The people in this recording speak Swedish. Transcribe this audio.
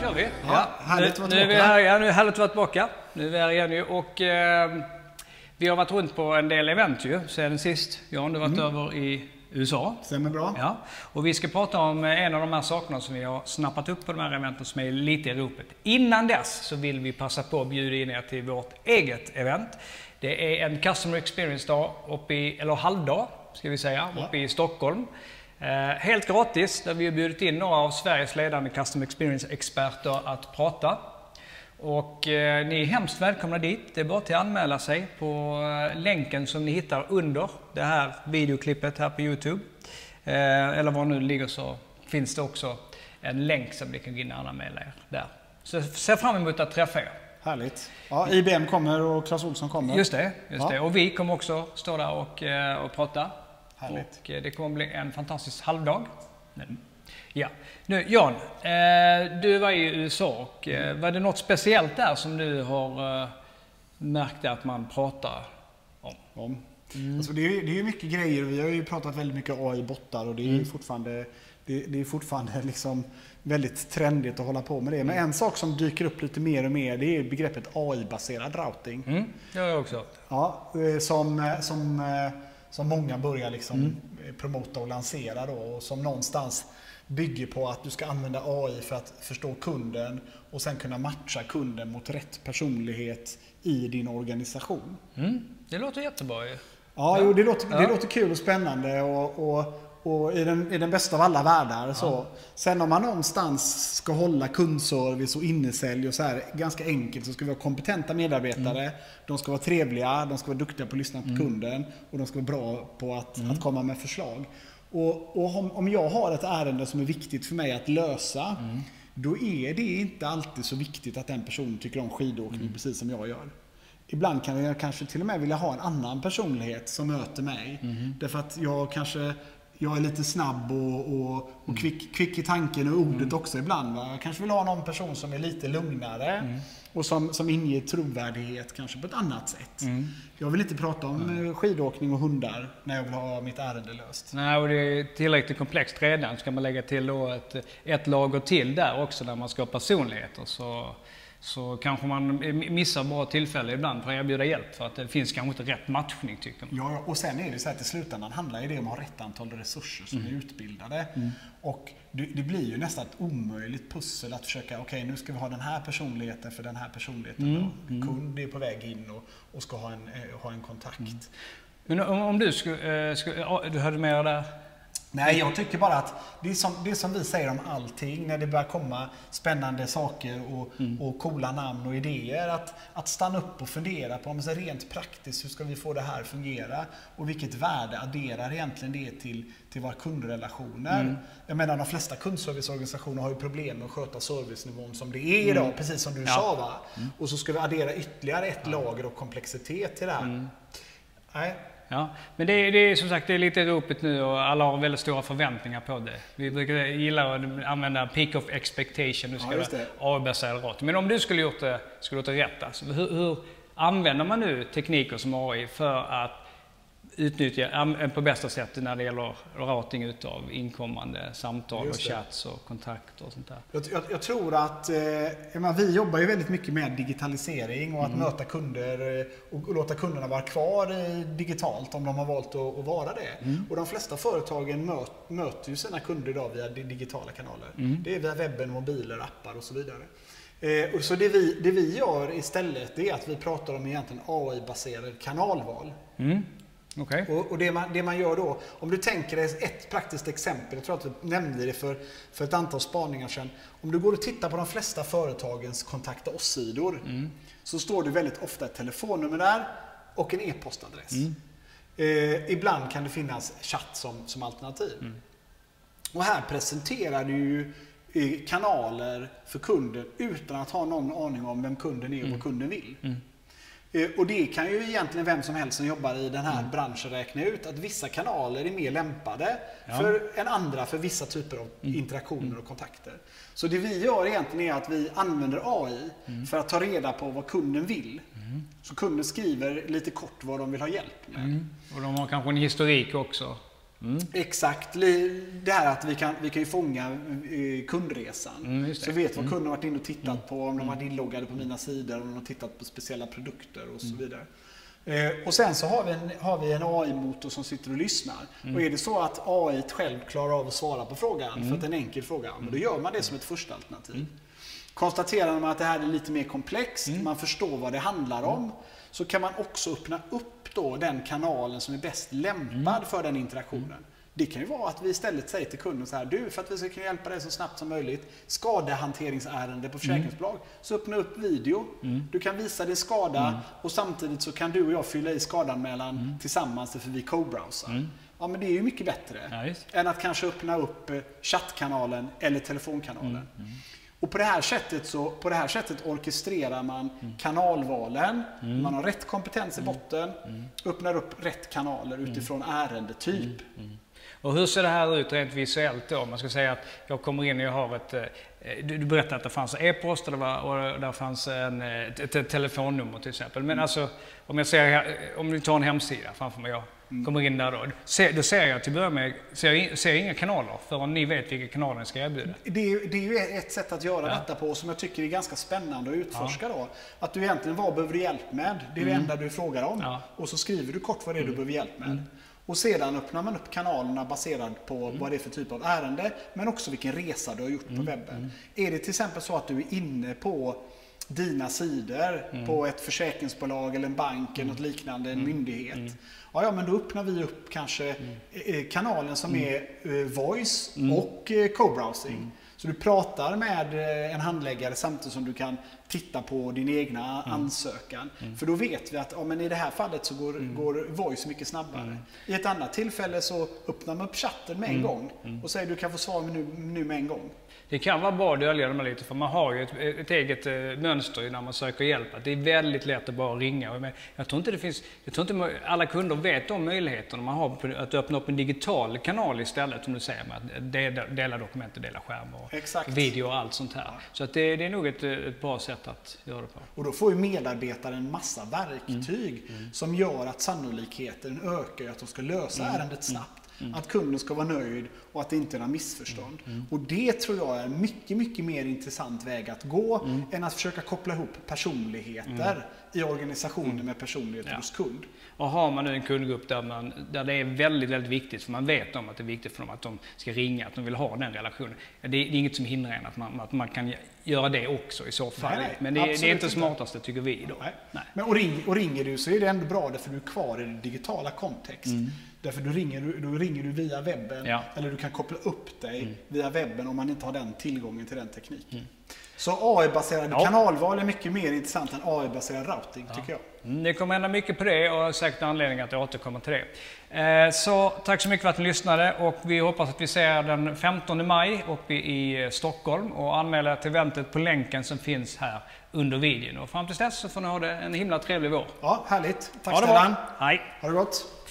kör vi. Ja, härligt att vara nu är vi här igen. Nu är härligt att vara tillbaka. Nu är vi här igen ju. Och vi har varit runt på en del event ju sedan sist. Jan, du har varit över i USA. Stämmer bra. Ja. Och vi ska prata om en av de här sakerna som vi har snappat upp på de här eventen som är lite i ropet. Innan dess så vill vi passa på att bjuda in er till vårt eget event. Det är en Customer Experience dag eller halvdag ska vi säga, uppe i Stockholm. Helt gratis, där vi har bjudit in några av Sveriges ledande Customer Experience-experter att prata. Och ni är hemskt välkomna dit. Det är bara till att anmäla sig på länken som ni hittar under det här videoklippet här på YouTube. Eller var nu ligger så finns det också en länk som ni kan gå in och anmäla er där. Så se fram emot att träffa er. Härligt. Ja, IBM kommer och Claes Olsson kommer. Just det. Och vi kommer också stå där och prata. Härligt. Och det kommer bli en fantastisk halvdag. Ja. Nu, Jan, du var i USA och var det något speciellt där som du har märkt att man pratar om? Alltså det är ju mycket grejer. Vi har ju pratat väldigt mycket AI-bottar och det är fortfarande liksom väldigt trendigt att hålla på med det. Men en sak som dyker upp lite mer och mer, det är begreppet AI-baserad routing. Det har jag också. Ja, som många börjar liksom promota och lansera då, och som någonstans bygger på att du ska använda AI för att förstå kunden och sen kunna matcha kunden mot rätt personlighet i din organisation. Det låter jättebra ju. Ja, jo, det låter kul och spännande och i den bästa av alla världar. Så. Sen om man någonstans ska hålla kundservice och innesälj och så här ganska enkelt, så ska vi ha kompetenta medarbetare. De ska vara trevliga, de ska vara duktiga på att lyssna på kunden och de ska vara bra på att komma med förslag. Och om jag har ett ärende som är viktigt för mig att lösa, då är det inte alltid så viktigt att den personen tycker om skidåkning precis som jag gör. Ibland kan jag kanske till och med vilja ha en annan personlighet som möter mig. Därför att jag är lite snabb och kvick i tanken och ordet också ibland. Va? Jag kanske vill ha någon person som är lite lugnare och som inger trovärdighet kanske på ett annat sätt. Jag vill inte prata om skidåkning och hundar när jag vill ha mitt ärende löst. Nej, och det är tillräckligt komplext redan. Ska man lägga till då ett lager till där också när man ska ha personligheter, så kanske man missar bra tillfälle ibland för att erbjuda hjälp, för att det finns kanske inte rätt matchning, tycker man. Ja, och sen är det så att i slutändan handlar det om att ha rätt antal resurser som är utbildade. Och det blir ju nästan ett omöjligt pussel att försöka, nu ska vi ha den här personligheten för den här personligheten. Kund är på väg in och ska ha en kontakt. Men om du du hade med där? Nej, jag tycker bara att det är som vi säger om allting när det börjar komma spännande saker och coola namn och idéer, att stanna upp och fundera på om så rent praktiskt hur ska vi få det här att fungera och vilket värde adderar egentligen det till våra kundrelationer. Jag menar, de flesta kundserviceorganisationer har ju problem med att sköta servicenivån som det är idag, precis som du sa, va? Och så ska vi addera ytterligare ett lager och komplexitet till det här. Nej. Ja, men det är som sagt, det är lite ropet nu och alla har väldigt stora förväntningar på det. Vi brukar gilla att använda peak of expectation. Nu ska det AI-baserad routing. Men om du skulle gjort det rätt, alltså, hur använder man nu tekniker som AI för att utnyttja på bästa sätt när det gäller routing utav inkommande samtal och chats och kontakter och sånt där? Jag tror att vi jobbar ju väldigt mycket med digitalisering och att möta kunder och låta kunderna vara kvar digitalt om de har valt att vara det. Och de flesta företagen möter ju sina kunder idag via digitala kanaler. Det är via webben, mobiler, appar och så vidare. Och så det vi gör istället är att vi pratar om egentligen AI-baserad kanalval. Okay. Och det man gör då, om du tänker dig ett praktiskt exempel, jag tror att vi nämnde det för ett antal spaningar sedan. Om du går och tittar på de flesta företagens kontakta oss-sidor så står det väldigt ofta ett telefonnummer där och en e-postadress. Ibland kan det finnas chatt som alternativ. Och här presenterar du ju kanaler för kunden utan att ha någon aning om vem kunden är och vad kunden vill. Och det kan ju egentligen vem som helst som jobbar i den här branschen räkna ut, att vissa kanaler är mer lämpade än andra för vissa typer av interaktioner och kontakter. Så det vi gör egentligen är att vi använder AI för att ta reda på vad kunden vill. Så kunden skriver lite kort vad de vill ha hjälp med. Och de har kanske en historik också. Exakt, det här att vi kan ju fånga kundresan. Så vet vad kunden har varit inne och tittat på, om de har varit inloggade på mina sidor, om de har tittat på speciella produkter och så vidare. Och sen så har vi en AI-motor som sitter och lyssnar. Och är det så att AI själv klarar av att svara på frågan, för att det är en enkel fråga, då gör man det som ett första alternativ. Konstaterar man att det här är lite mer komplext, man förstår vad det handlar om, så kan man också öppna upp då den kanalen som är bäst lämpad för den interaktionen. Det kan ju vara att vi istället säger till kunden så här: du, för att vi ska kunna hjälpa dig så snabbt som möjligt, skadehanteringsärende på försäkringsbolag, så öppna upp video. Du kan visa din skada och samtidigt så kan du och jag fylla i skadanmälan tillsammans, för vi co-browsar. Ja, men det är ju mycket bättre än att kanske öppna upp chattkanalen eller telefonkanalen. Och på det här sättet orkestrerar man kanalvalen, man har rätt kompetens i botten, öppnar upp rätt kanaler utifrån ärendetyp. Och hur ser det här ut rent visuellt då? Man ska säga att jag kommer in och jag har du berättade att det fanns e-post och där fanns ett telefonnummer till exempel. Men alltså, om vi tar en hemsida framför mig, jag kommer in där då ser jag till att börja med ser inga kanaler förrän ni vet vilka kanaler ni ska erbjuda. Det är ju ett sätt att göra detta på som jag tycker är ganska spännande att utforska då. Att du egentligen, vad behöver du hjälp med? Det är det enda du frågar om. Och så skriver du kort vad det är du behöver hjälp med. Och sedan öppnar man upp kanalerna baserat på vad det är för typ av ärende, men också vilken resa du har gjort på webben. Är det till exempel så att du är inne på dina sidor på ett försäkringsbolag eller en bank eller något liknande, en myndighet. Ja, men då öppnar vi upp kanske kanalen som är voice och co-browsing. Så du pratar med en handläggare samtidigt som du kan titta på din egna ansökan. För då vet vi att men i det här fallet så går voice mycket snabbare. I ett annat tillfälle så öppnar man upp chatten med en gång och säger du kan få svar nu med en gång. Det kan vara bra att dölja dem lite, för man har ju ett eget mönster när man söker hjälp. Att det är väldigt lätt att bara ringa. Jag tror inte alla kunder vet om möjligheterna man har att öppna upp en digital kanal istället, som du säger, med att dela dokument och dela skärm och video och allt sånt här. Så att det är nog ett bra sätt att göra det på. Och då får ju medarbetaren en massa verktyg som gör att sannolikheten ökar att de ska lösa ärendet snabbt. Att kunden ska vara nöjd och att det inte är några missförstånd. Och det tror jag är en mycket, mycket mer intressant väg att gå än att försöka koppla ihop personligheter i organisationer med personligheter hos kund. Och har man nu en kundgrupp där det är väldigt, väldigt viktigt, för man vet om att det är viktigt för dem att de ska ringa, att de vill ha den relationen. Det är inget som hindrar en att man kan göra det också i så fall. Nej, men det är inte smartaste, tycker vi då. Nej. Men och ringer du så är det ändå bra, därför du är kvar i den digitala kontext. Därför då ringer du via webben, eller du kan koppla upp dig via webben om man inte har den tillgången till den tekniken. Så AI-baserade kanalval är mycket mer intressant än AI-baserad routing, tycker jag. Det kommer hända mycket på det och säkert anledning att jag återkommer till det. Så tack så mycket för att ni lyssnade, och vi hoppas att vi ser den 15 maj uppe i Stockholm, och anmäla till eventet på länken som finns här under videon. Och fram till dess så får ni ha en himla trevlig vår. Ja, härligt. Tack Stellan. Hej. Ha det gott.